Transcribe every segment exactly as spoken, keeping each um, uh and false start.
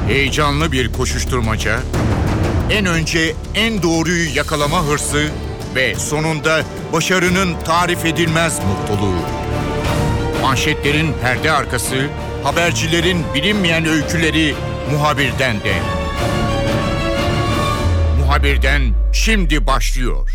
Heyecanlı bir koşuşturmaca, en önce en doğruyu yakalama hırsı ve sonunda başarının tarif edilmez mutluluğu. Manşetlerin perde arkası, habercilerin bilinmeyen öyküleri muhabirden de. Muhabirden şimdi başlıyor.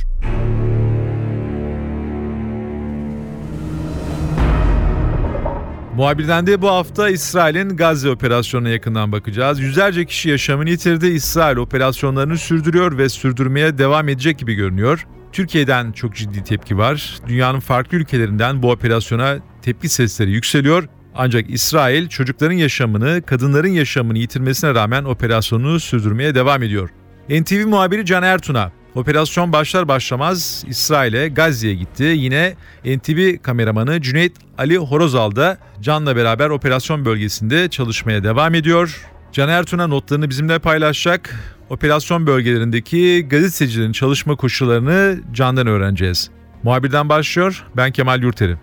Muhabirden de bu hafta İsrail'in Gazze operasyonuna yakından bakacağız. Yüzlerce kişi yaşamını yitirdi. İsrail operasyonlarını sürdürüyor ve sürdürmeye devam edecek gibi görünüyor. Türkiye'den çok ciddi tepki var. Dünyanın farklı ülkelerinden bu operasyona tepki sesleri yükseliyor. Ancak İsrail çocukların yaşamını, kadınların yaşamını yitirmesine rağmen operasyonunu sürdürmeye devam ediyor. N T V muhabiri Can Ertun'a operasyon başlar başlamaz İsrail'e, Gazze'ye gitti. Yine N T V kameramanı Cüneyt Ali Horozal da Can'la beraber operasyon bölgesinde çalışmaya devam ediyor. Can Ertun'a notlarını bizimle paylaşacak. Operasyon bölgelerindeki gazetecilerin çalışma koşullarını Can'dan öğreneceğiz. Muhabirden başlıyor. Ben Kemal Yurteri.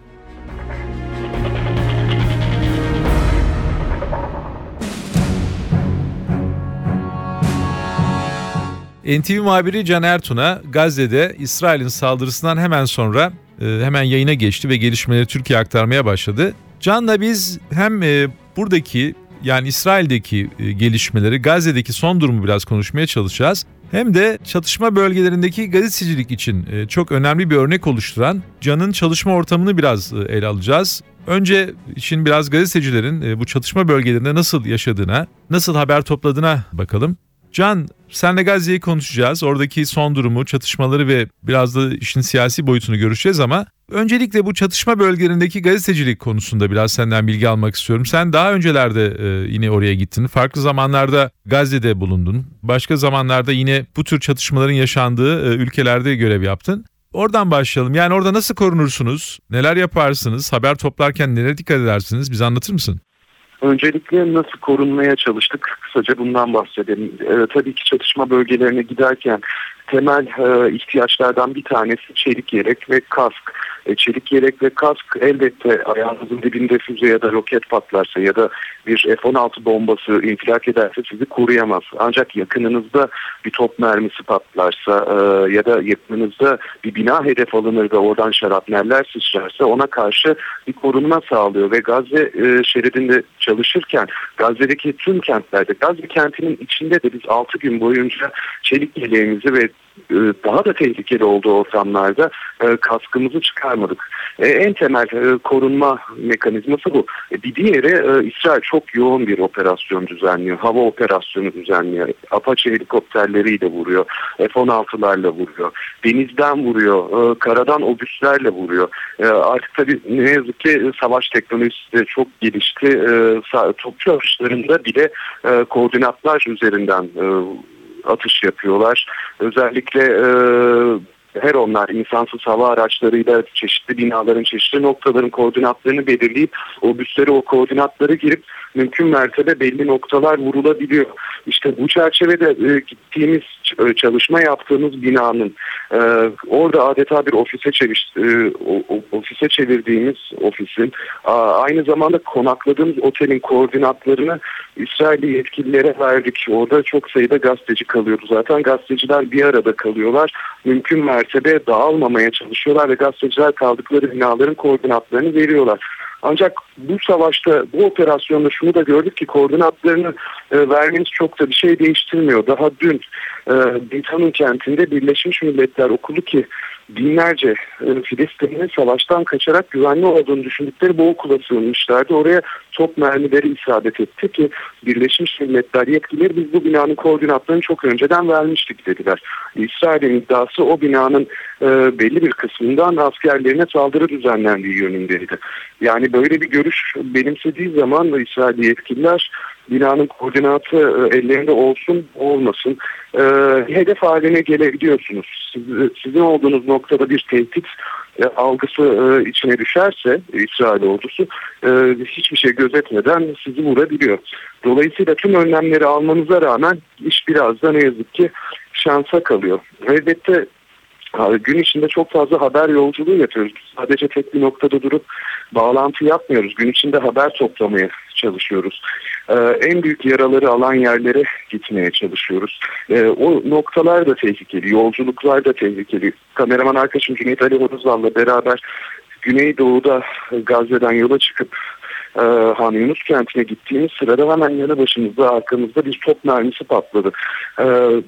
N T V muhabiri Can Ertun'a Gazze'de İsrail'in saldırısından hemen sonra e, hemen yayına geçti ve gelişmeleri Türkiye'ye aktarmaya başladı. Can'la biz hem e, buradaki yani İsrail'deki e, gelişmeleri, Gazze'deki son durumu biraz konuşmaya çalışacağız. Hem de çatışma bölgelerindeki gazetecilik için e, çok önemli bir örnek oluşturan Can'ın çalışma ortamını biraz e, ele alacağız. Önce işin biraz gazetecilerin e, bu çatışma bölgelerinde nasıl yaşadığına, nasıl haber topladığına bakalım. Can, senle Gazze'yi konuşacağız. Oradaki son durumu, çatışmaları ve biraz da işin siyasi boyutunu görüşeceğiz ama öncelikle bu çatışma bölgelerindeki gazetecilik konusunda biraz senden bilgi almak istiyorum. Sen daha öncelerde e, yine oraya gittin. Farklı zamanlarda Gazze'de bulundun. Başka zamanlarda yine bu tür çatışmaların yaşandığı e, ülkelerde görev yaptın. Oradan başlayalım. Yani orada nasıl korunursunuz? Neler yaparsınız? Haber toplarken nelere dikkat edersiniz? Bize anlatır mısın? Öncelikle nasıl korunmaya çalıştık? Kısaca bundan bahsedelim. Ee, tabii ki çatışma bölgelerine giderken temel e, ihtiyaçlardan bir tanesi çelik yelek ve kask. E, çelik yelek ve kask elbette ayağınızın dibinde füze ya da roket patlarsa ya da bir F on altı bombası infilak ederse sizi koruyamaz. Ancak yakınınızda bir top mermisi patlarsa e, ya da yakınınızda bir bina hedef alınır da oradan şarapneller sıçrarsa ona karşı bir korunma sağlıyor ve Gazze e, şeridinde çalışırken Gazze'deki tüm kentlerde, Gazze kentinin içinde de biz altı gün boyunca çelik yeleğimizi ve daha da tehlikeli olduğu ortamlarda e, kaskımızı çıkarmadık. E, en temel e, korunma mekanizması bu. E, bir diğeri e, İsrail çok yoğun bir operasyon düzenliyor. Hava operasyonu düzenliyor. Apache helikopterleriyle vuruyor. F on altılarla vuruyor. Denizden vuruyor. E, karadan obüslerle vuruyor. E, artık tabii ne yazık ki savaş teknolojisi de çok gelişti. E, topçu atışlarında bile e, koordinatlar üzerinden e, atış yapıyorlar. Özellikle e, her onlar insansız hava araçlarıyla çeşitli binaların, çeşitli noktaların koordinatlarını belirleyip obüsleri o koordinatları girip mümkün mertebe belli noktalar vurulabiliyor. İşte bu çerçevede e, gittiğimiz, e, çalışma yaptığımız binanın e, orada adeta bir ofise çevir, e, o, o, ofise çevirdiğimiz ofisin a, aynı zamanda konakladığımız otelin koordinatlarını İsrailli yetkililere verdik. Orada çok sayıda gazeteci kalıyordu. Zaten gazeteciler bir arada kalıyorlar. Mümkün mertebe dağılmamaya çalışıyorlar ve gazeteciler kaldıkları binaların koordinatlarını veriyorlar. Ancak bu savaşta, bu operasyonda şunu da gördük ki koordinatlarını e, vermeniz çok da bir şey değiştirmiyor. Daha dün e, Beytan'ın kentinde Birleşmiş Milletler Okulu ki binlerce e, Filistin'in savaştan kaçarak güvenli olduğunu düşündükleri bu okula sığınmışlardı. Oraya top mermileri isabet etti ki Birleşmiş Milletler yetkilileri biz bu binanın koordinatlarını çok önceden vermiştik dediler. İsrail'in iddiası o binanın e, belli bir kısmından askerlerine saldırı düzenlendiği yönündeydi. Yani böyle bir görüş benimsediği zaman da İsrail'li yetkililer binanın koordinatı e, ellerinde olsun olmasın e, hedef haline gelebiliyorsunuz. Siz, sizin olduğunuz noktada bir tehdit e, algısı e, içine düşerse İsrail ordusu e, hiçbir şey gözetmeden sizi vurabiliyor. Dolayısıyla tüm önlemleri almanıza rağmen iş biraz da ne yazık ki şansa kalıyor. Elbette Gün içinde çok fazla haber yolculuğu yapıyoruz. Sadece tek bir noktada durup bağlantı yapmıyoruz. Gün içinde haber toplamaya çalışıyoruz. Ee, en büyük yaraları alan yerlere gitmeye çalışıyoruz. Ee, o noktalar da tehlikeli, yolculuklar da tehlikeli. Kameraman arkadaşım Cüneyt Ali Horozal'la beraber Güneydoğu'da Gazze'den yola çıkıp e, Han Yunus kentine gittiğimiz sırada hemen yanı başımızda, arkamızda bir top mermisi patladı. E,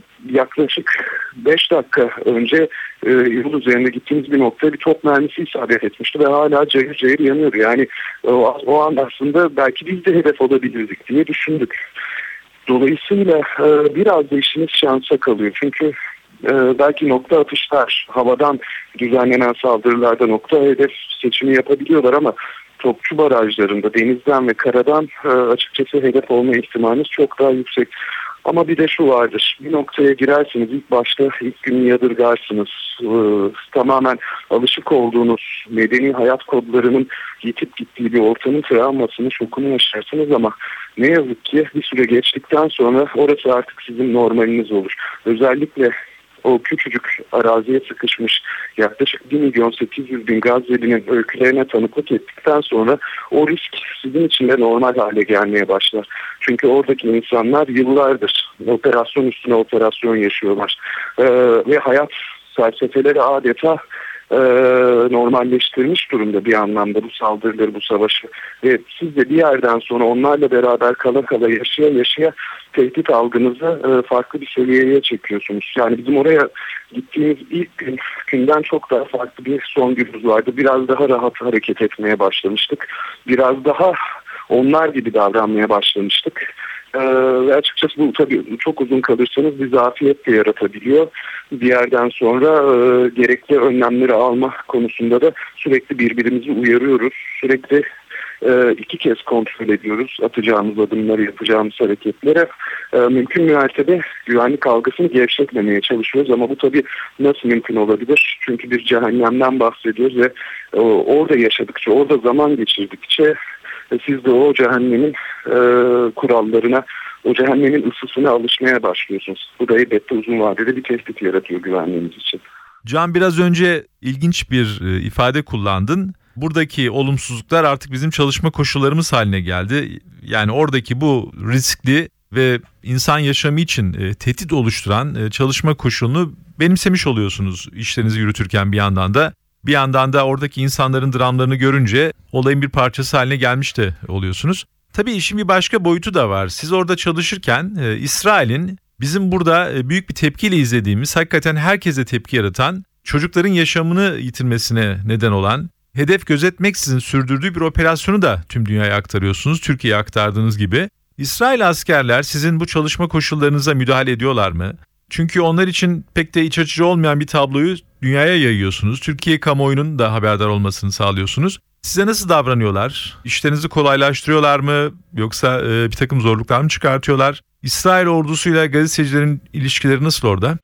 yaklaşık beş dakika önce e, yol üzerinde gittiğimiz bir noktaya bir top mermisi isabet etmişti ve hala cayır cayır yanıyor. Yani o, o an aslında belki biz de hedef olabilirdik diye düşündük. Dolayısıyla e, biraz da işimiz şansa kalıyor. Çünkü e, belki nokta atışlar, havadan düzenlenen saldırılarda nokta hedef seçimi yapabiliyorlar ama topçu barajlarında, denizden ve karadan e, açıkçası hedef olma ihtimaliniz çok daha yüksek. Ama bir de şu vardır, bir noktaya girersiniz, ilk başta ilk günü yadırgarsınız, ee, tamamen alışık olduğunuz medeni hayat kodlarının yitip gittiği bir ortamın travmasını, şokunu yaşarsınız ama ne yazık ki bir süre geçtikten sonra orası artık sizin normaliniz olur. Özellikle o küçücük araziye sıkışmış yaklaşık bir milyon sekiz yüz bin Gazze'linin öykülerine tanıklık ettikten sonra o risk sizin için de normal hale gelmeye başlar. Çünkü oradaki insanlar yıllardır operasyon üstüne operasyon yaşıyorlar. Ee, ve hayat felsefeleri adeta e, normalleştirmiş durumda bir anlamda bu saldırıları, bu savaşı. Ve siz de bir yerden sonra onlarla beraber kala kala yaşaya yaşaya tehdit algınızı e, farklı bir seviyeye çekiyorsunuz. Yani bizim oraya gittiğimiz ilk gün, günden çok daha farklı bir son günümüz vardı. Biraz daha rahat hareket etmeye başlamıştık. Biraz daha onlar gibi davranmaya başlamıştık. Ee, ve açıkçası bu tabii çok uzun kalırsanız bir zafiyet de yaratabiliyor. Bir yerden sonra e, gerekli önlemleri alma konusunda da sürekli birbirimizi uyarıyoruz. Sürekli e, iki kez kontrol ediyoruz atacağımız adımları, yapacağımız hareketlere. E, mümkün mertebe güvenlik algısını gevşetmemeye çalışıyoruz ama bu tabii nasıl mümkün olabilir? Çünkü bir cehennemden bahsediyoruz ve e, orada yaşadıkça, orada zaman geçirdikçe siz de o cehennemin e, kurallarına, o cehennemin ısısına alışmaya başlıyorsunuz. Bu da elbette uzun vadede bir tehdit yaratıyor güvenliğiniz için. Can, biraz önce ilginç bir e, ifade kullandın. Buradaki olumsuzluklar artık bizim çalışma koşullarımız haline geldi. Yani oradaki bu riskli ve insan yaşamı için e, tehdit oluşturan e, çalışma koşulunu benimsemiş oluyorsunuz işlerinizi yürütürken bir yandan da. Bir yandan da oradaki insanların dramlarını görünce olayın bir parçası haline gelmiş de oluyorsunuz. Tabii işin bir başka boyutu da var. Siz orada çalışırken e, İsrail'in bizim burada e, büyük bir tepkiyle izlediğimiz, hakikaten herkese tepki yaratan, çocukların yaşamını yitirmesine neden olan, hedef gözetmeksizin sürdürdüğü bir operasyonu da tüm dünyaya aktarıyorsunuz. Türkiye'ye aktardığınız gibi. İsrail askerler sizin bu çalışma koşullarınıza müdahale ediyorlar mı? Çünkü onlar için pek de iç açıcı olmayan bir tabloyu dünyaya yayıyorsunuz. Türkiye kamuoyunun da haberdar olmasını sağlıyorsunuz. Size nasıl davranıyorlar? İşlerinizi kolaylaştırıyorlar mı? Yoksa e, bir takım zorluklar mı çıkartıyorlar? İsrail ordusuyla gazetecilerin ilişkileri nasıl orada?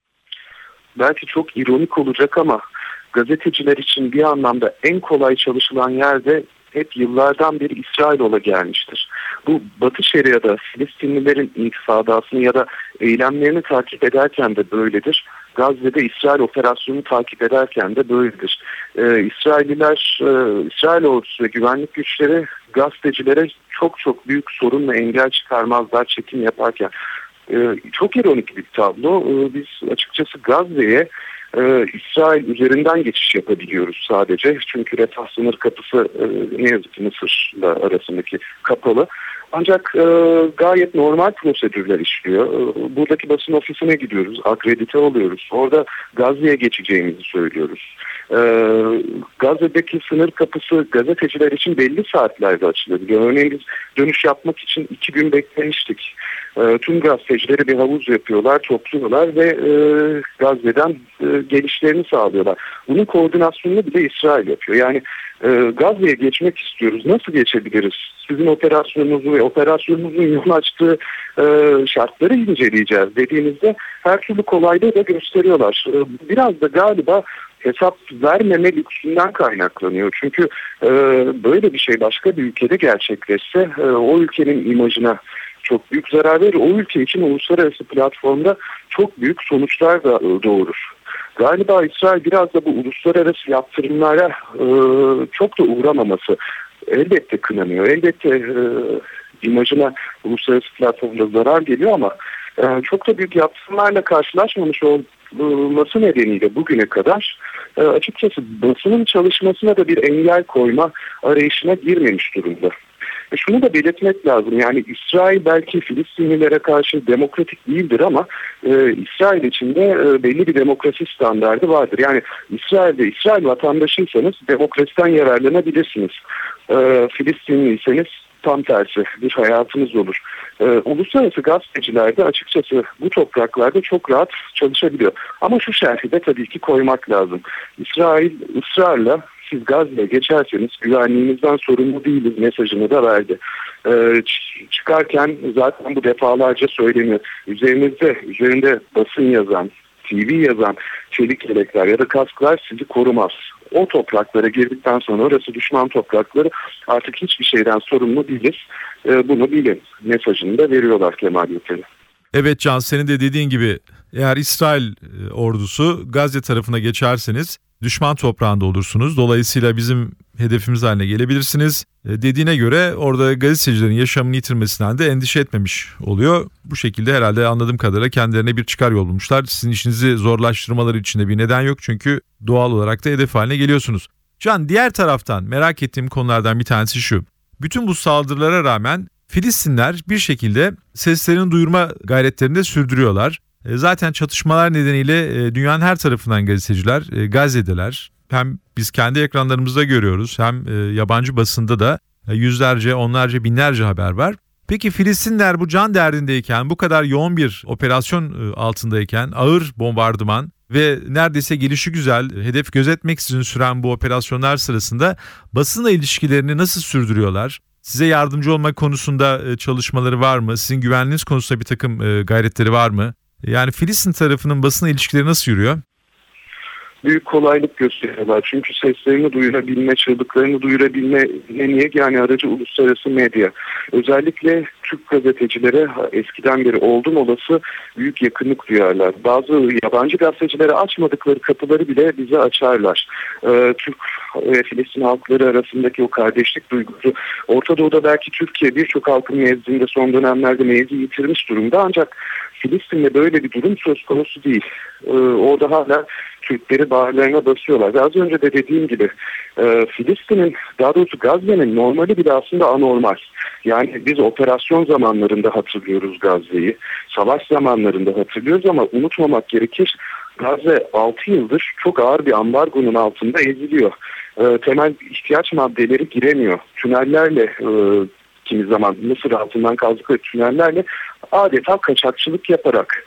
Belki çok ironik olacak ama gazeteciler için bir anlamda en kolay çalışılan yerde hep yıllardan beri İsrail ola gelmiştir. Bu Batı Şeria'da Filistinlilerin intifadasını ya da eylemlerini takip ederken de böyledir. Gazze'de İsrail operasyonunu takip ederken de böyledir. Ee, İsrailliler, e, İsrail ordusu ve güvenlik güçleri gazetecilere çok çok büyük sorun ve engel çıkarmazlar çekim yaparken. Ee, çok ironik bir tablo. Ee, biz açıkçası Gazze'ye Ee, İsrail üzerinden geçiş yapabiliyoruz sadece. Çünkü refah sınır kapısı e, ne yazık ki Mısır'la arasındaki kapalı. Ancak e, gayet normal prosedürler işliyor. E, buradaki basın ofisine gidiyoruz, akredite oluyoruz. Orada Gazze'ye geçeceğimizi söylüyoruz. E, Gazze'deki sınır kapısı gazeteciler için belli saatlerde açılabiliyor. Örneğin biz dönüş yapmak için iki gün beklemiştik. E, tüm gazetecileri bir havuz yapıyorlar, topluyorlar ve e, Gazze'den e, gelişlerini sağlıyorlar. Bunun koordinasyonunu bile İsrail yapıyor. Yani e, Gazze'ye geçmek istiyoruz. Nasıl geçebiliriz? Sizin operasyonunuzu ve operasyonunuzun yol açtığı e, şartları inceleyeceğiz dediğinizde her türlü kolaylığı da gösteriyorlar. E, biraz da galiba hesap vermeme lüksünden kaynaklanıyor. Çünkü e, böyle bir şey başka bir ülkede gerçekleşse e, o ülkenin imajına çok büyük zarar verir. O ülke için uluslararası platformda çok büyük sonuçlar da doğurur. Galiba İsrail biraz da bu uluslararası yaptırımlara e, çok da uğramaması elbette kınanıyor. Elbette e, imajına uluslararası platformda zarar geliyor ama e, çok da büyük yaptırımlarla karşılaşmamış olması nedeniyle bugüne kadar e, açıkçası basının çalışmasına da bir engel koyma arayışına girmemiş durumda. E şunu da belirtmek lazım, yani İsrail belki Filistinlilere karşı demokratik değildir ama e, İsrail içinde e, belli bir demokrasi standardı vardır. Yani İsrail'de İsrail vatandaşıysanız demokrasiden yararlanabilirsiniz. E, Filistinliyseniz tam tersi bir hayatınız olur. E, uluslararası gazeteciler de açıkçası bu topraklarda çok rahat çalışabiliyor. Ama şu şerhi de tabii ki koymak lazım. İsrail ısrarla siz Gazze'ye geçerseniz güvenliğinizden sorumlu değiliz mesajını da verdi. Ee, çıkarken zaten bu defalarca söyleniyor. Üzerinizde, üzerinde basın yazan, T V yazan çelik yelekler ya da kasklar sizi korumaz. O topraklara girdikten sonra orası düşman toprakları, artık hiçbir şeyden sorumlu değiliz. Ee, bunu bilin mesajını da veriyorlar Kemal Yeter'i. Evet Can, senin de dediğin gibi eğer İsrail ordusu Gazze tarafına geçerseniz düşman toprağında olursunuz. Dolayısıyla bizim hedefimiz haline gelebilirsiniz. Dediğine göre orada gazetecilerin yaşamını yitirmesinden de endişe etmemiş oluyor. Bu şekilde herhalde anladığım kadarıyla kendilerine bir çıkar yol bulmuşlar. Sizin işinizi zorlaştırmaları için de bir neden yok. Çünkü doğal olarak da hedef haline geliyorsunuz. Can, diğer taraftan merak ettiğim konulardan bir tanesi şu. Bütün bu saldırılara rağmen Filistinler bir şekilde seslerini duyurma gayretlerini de sürdürüyorlar. Zaten çatışmalar nedeniyle dünyanın her tarafından gazeteciler Gazze'deler. Hem biz kendi ekranlarımızda görüyoruz hem yabancı basında da yüzlerce, onlarca, binlerce haber var. Peki Filistinler bu can derdindeyken, bu kadar yoğun bir operasyon altındayken, ağır bombardıman ve neredeyse gelişigüzel hedef gözetmeksizin süren bu operasyonlar sırasında basınla ilişkilerini nasıl sürdürüyorlar? Size yardımcı olmak konusunda çalışmaları var mı? Sizin güvenliğiniz konusunda bir takım gayretleri var mı? Yani Filistin tarafının basına ilişkileri nasıl yürüyor? Büyük kolaylık gösteriyorlar. Çünkü seslerini duyurabilme, çığlıklarını duyurabilme en yegane aracı uluslararası medya. Özellikle Türk gazetecilere eskiden beri oldum olası büyük yakınlık duyarlar. Bazı yabancı gazetecilere açmadıkları kapıları bile bize açarlar. Ee, Türk ve Filistin halkları arasındaki o kardeşlik duygusu, Orta Doğu'da belki Türkiye birçok halkın nezdinde son dönemlerde mevzi yitirmiş durumda, ancak Filistin'de böyle bir durum söz konusu değil. Ee, orada hala Türkleri bağırlarına basıyorlar. Ve az önce de dediğim gibi e, Filistin'in, daha doğrusu Gazze'nin normali bile aslında anormal. Yani biz operasyon zamanlarında hatırlıyoruz Gazze'yi, savaş zamanlarında hatırlıyoruz ama unutmamak gerekir, Gazze altı yıldır çok ağır bir ambargonun altında eziliyor. E, temel ihtiyaç maddeleri giremiyor. Tünellerle, e, kimi zaman Mısır altından kazdıkları tünellerle adeta kaçakçılık yaparak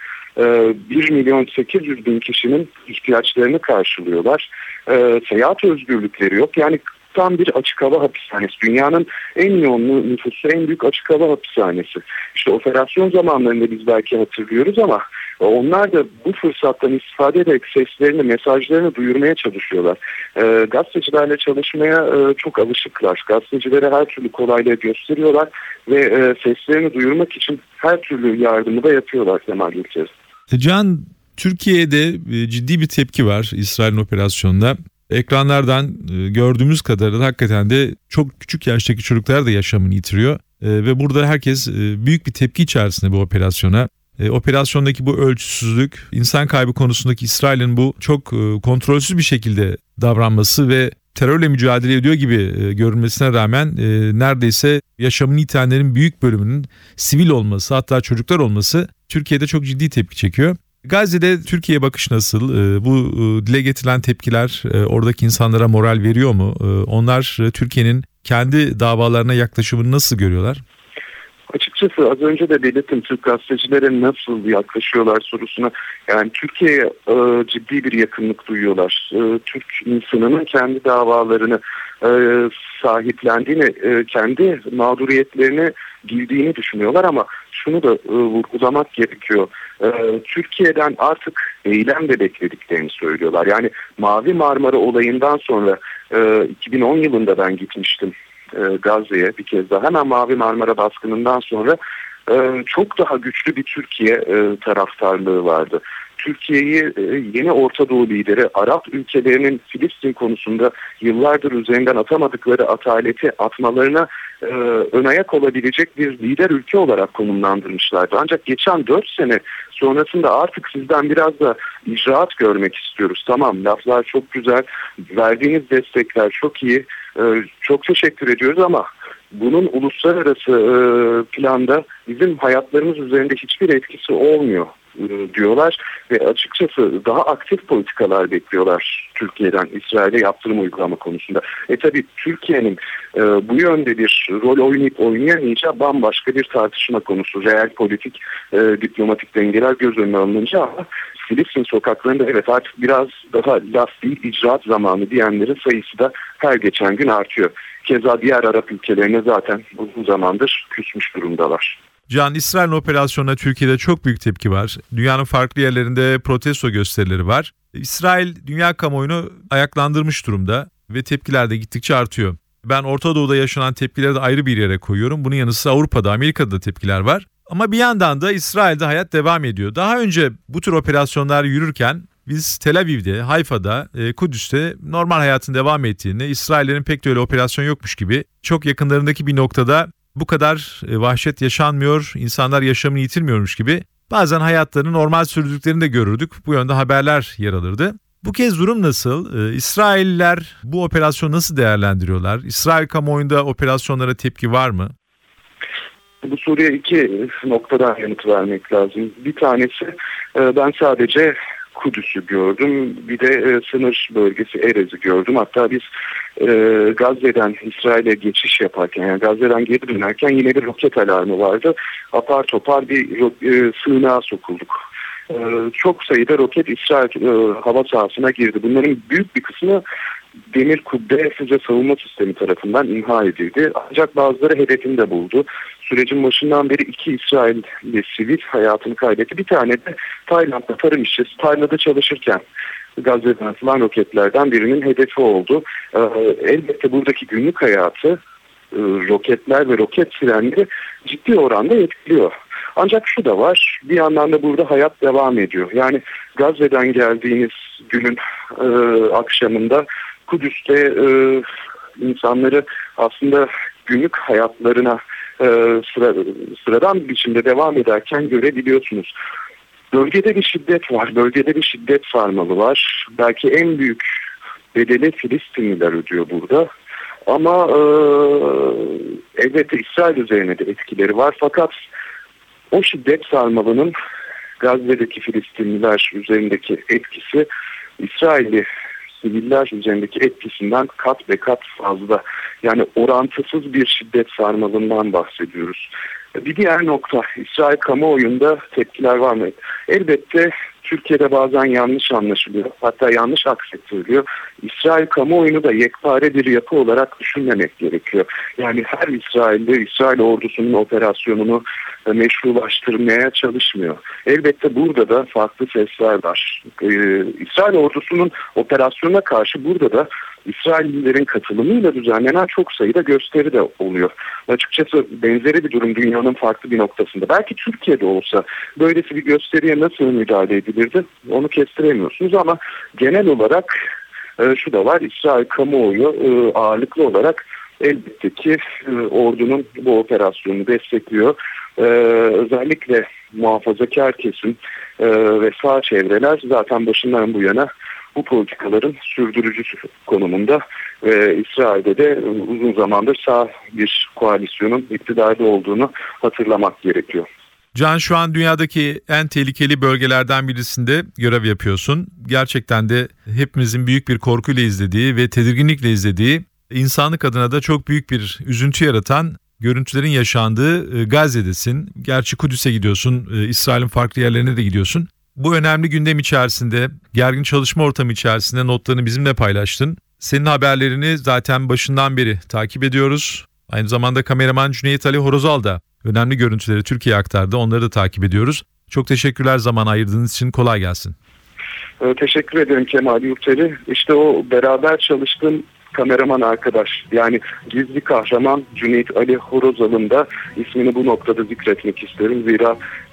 bir milyon sekiz yüz bin kişinin ihtiyaçlarını karşılıyorlar. E, seyahat özgürlükleri yok. Yani tam bir açık hava hapishanesi. Dünyanın en yoğun nüfusu, en büyük açık hava hapishanesi. İşte operasyon zamanlarında biz belki hatırlıyoruz ama onlar da bu fırsattan istifade ederek seslerini, mesajlarını duyurmaya çalışıyorlar. E, gazetecilerle çalışmaya e, çok alışıklar. Gazetecilere her türlü kolaylığı gösteriyorlar ve e, seslerini duyurmak için her türlü yardımı da yapıyorlar Kemal Yeter. Can, Türkiye'de ciddi bir tepki var İsrail'in operasyonuna. Ekranlardan gördüğümüz kadarıyla hakikaten de çok küçük yaştaki çocuklar da yaşamını yitiriyor. Ve burada herkes büyük bir tepki içerisinde bu operasyona. Operasyondaki bu ölçüsüzlük, insan kaybı konusundaki İsrail'in bu çok kontrolsüz bir şekilde davranması ve terörle mücadele ediyor gibi görünmesine rağmen neredeyse yaşamını yitirenlerin büyük bölümünün sivil olması, hatta çocuklar olması Türkiye'de çok ciddi tepki çekiyor. Gazze'de Türkiye'ye bakış nasıl? Bu dile getirilen tepkiler oradaki insanlara moral veriyor mu? Onlar Türkiye'nin kendi davalarına yaklaşımını nasıl görüyorlar? Açıkçası az önce de belirttim, Türk gazetecilere nasıl yaklaşıyorlar sorusuna. Yani Türkiye'ye e, ciddi bir yakınlık duyuyorlar. E, Türk insanının kendi davalarını e, sahiplendiğini, e, kendi mağduriyetlerini bildiğini düşünüyorlar ama şunu da e, vurgulamak gerekiyor. E, Türkiye'den artık eylem de beklediklerini söylüyorlar. Yani Mavi Marmara olayından sonra e, iki bin on yılında ben gitmiştim Gazze'ye bir kez daha. Hemen Mavi Marmara baskınından sonra çok daha güçlü bir Türkiye taraftarlığı vardı. Türkiye'yi e, yeni Orta Doğu lideri, Arap ülkelerinin Filistin konusunda yıllardır üzerinden atamadıkları ataleti atmalarına e, ön ayak olabilecek bir lider ülke olarak konumlandırmışlardı. Ancak geçen dört sene sonrasında artık sizden biraz da icraat görmek istiyoruz. Tamam, laflar çok güzel, verdiğiniz destekler çok iyi, e, çok teşekkür ediyoruz ama bunun uluslararası e, planda bizim hayatlarımız üzerinde hiçbir etkisi olmuyor e, diyorlar ve açıkçası daha aktif politikalar bekliyorlar Türkiye'den İsrail'e yaptırım uygulama konusunda. E tabi Türkiye'nin e, bu yönde bir rol oynayıp oynayamayacağı bambaşka bir tartışma konusu. Reel politik, e, diplomatik dengeler göz önüne alınınca ama Filistin sokaklarında evet artık biraz daha laf değil icraat zamanı diyenlerin sayısı da her geçen gün artıyor. Keza diğer Arap ülkelerine zaten uzun zamandır küsmüş durumdalar. Can, İsrail'in operasyonuna Türkiye'de çok büyük tepki var. Dünyanın farklı yerlerinde protesto gösterileri var. İsrail dünya kamuoyunu ayaklandırmış durumda ve tepkiler de gittikçe artıyor. Ben Orta Doğu'da yaşanan tepkileri de ayrı bir yere koyuyorum. Bunun yanı sıra Avrupa'da, Amerika'da da tepkiler var. Ama bir yandan da İsrail'de hayat devam ediyor. Daha önce bu tür operasyonlar yürürken biz Tel Aviv'de, Hayfa'da, Kudüs'te normal hayatın devam ettiğini, İsraillerin pek de öyle operasyon yokmuş gibi çok yakınlarındaki bir noktada bu kadar vahşet yaşanmıyor, insanlar yaşamını yitirmiyormuş gibi bazen hayatlarını normal sürdüklerini de görürdük. Bu yönde haberler yer alırdı. Bu kez durum nasıl? İsrailliler bu operasyonu nasıl değerlendiriyorlar? İsrail kamuoyunda operasyonlara tepki var mı? Bu soruya iki noktadan yanıt vermek lazım. Bir tanesi ben sadece Kudüs'ü gördüm. Bir de e, sınır bölgesi Erez'i gördüm. Hatta biz e, Gazze'den İsrail'e geçiş yaparken, yani Gazze'den geri dönerken yine bir roket alarmı vardı. Apar topar bir e, sığınağa sokulduk. E, çok sayıda roket İsrail e, hava sahasına girdi. Bunların büyük bir kısmı Demir Kubbe füze savunma sistemi tarafından imha edildi. Ancak bazıları hedefini de buldu. Sürecin başından beri iki İsrailli sivil hayatını kaybetti. Bir tane de Tayland'da tarım işçisi tarlada çalışırken Gazze'den atılan roketlerden birinin hedefi oldu. Ee, elbette buradaki günlük hayatı e, roketler ve roket sirenleri ciddi oranda etkiliyor. Ancak şu da var, bir yandan da burada hayat devam ediyor. Yani Gazze'den geldiğiniz günün e, akşamında Kudüs'te e, insanları aslında günlük hayatlarına e, sıra, sıradan bir biçimde devam ederken görebiliyorsunuz. Bölgede bir şiddet var, bölgede bir şiddet sarmalı var. Belki en büyük bedeli Filistinliler ödüyor burada. Ama e, elbette İsrail üzerine de etkileri var. Fakat o şiddet sarmalının Gazze'deki Filistinliler üzerindeki etkisi İsrailli siviller üzerindeki etkisinden kat be kat fazla. Yani orantısız bir şiddet sarmalından bahsediyoruz. Bir diğer nokta, İsrail kamuoyunda tepkiler var mı? Elbette Türkiye'de bazen yanlış anlaşılıyor. Hatta yanlış aksettiriliyor. İsrail kamuoyunu da yekpare bir yapı olarak düşünmemek gerekiyor. Yani her İsrailli İsrail ordusunun operasyonunu meşrulaştırmaya çalışmıyor. Elbette burada da farklı sesler var. Ee, İsrail ordusunun operasyona karşı burada da İsraillilerin katılımıyla düzenlenen çok sayıda gösteri de oluyor. Açıkçası benzeri bir durum dünyanın farklı bir noktasında. Belki Türkiye'de olsa böylesi bir gösteriye nasıl müdahale edilirdi onu kestiremiyorsunuz ama genel olarak e, şu da var, İsrail kamuoyu e, ağırlıklı olarak elbette ki e, ordunun bu operasyonu destekliyor. E, özellikle muhafazakar kesim e, ve sağ çevreler zaten başından bu yana bu politikaların sürdürücüsü konumunda ve İsrail'de de uzun zamandır sağ bir koalisyonun iktidarda olduğunu hatırlamak gerekiyor. Can, şu an dünyadaki en tehlikeli bölgelerden birisinde görev yapıyorsun. Gerçekten de hepimizin büyük bir korkuyla izlediği ve tedirginlikle izlediği, insanlık adına da çok büyük bir üzüntü yaratan görüntülerin yaşandığı Gazze'desin. Gerçi Kudüs'e gidiyorsun, İsrail'in farklı yerlerine de gidiyorsun. Bu önemli gündem içerisinde, gergin çalışma ortamı içerisinde notlarını bizimle paylaştın. Senin haberlerini zaten başından beri takip ediyoruz. Aynı zamanda kameraman Cüneyt Ali Horozal da önemli görüntüleri Türkiye'ye aktardı. Onları da takip ediyoruz. Çok teşekkürler zaman ayırdığınız için. Kolay gelsin. Teşekkür ederim Kemal Yurteli. İşte o beraber çalıştığım kameraman arkadaş, yani gizli kahraman Cüneyt Ali Horozal'ın da ismini bu noktada zikretmek isterim. Zira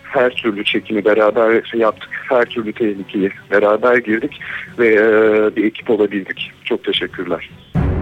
her türlü çekimi beraber yaptık. Her türlü tehlikeye beraber girdik ve e, bir ekip olabildik. Çok teşekkürler.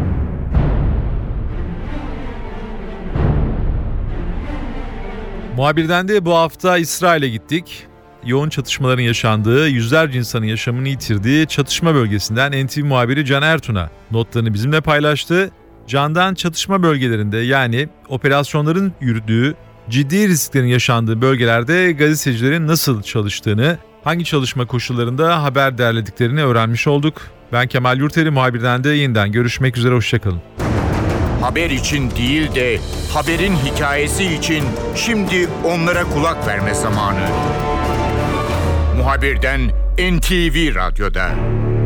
Muhabirden de bu hafta İsrail'e gittik. Yoğun çatışmaların yaşandığı, yüzlerce insanın yaşamını yitirdiği çatışma bölgesinden N T V muhabiri Can Ertun'a notlarını bizimle paylaştı. Can'dan çatışma bölgelerinde, yani operasyonların yürüdüğü, ciddi risklerin yaşandığı bölgelerde gazetecilerin nasıl çalıştığını, hangi çalışma koşullarında haber derlediklerini öğrenmiş olduk. Ben Kemal Yurteri, muhabirden de yeniden görüşmek üzere, hoşçakalın. Haber için değil de haberin hikayesi için şimdi onlara kulak verme zamanı. Muhabirden N T V Radyo'da.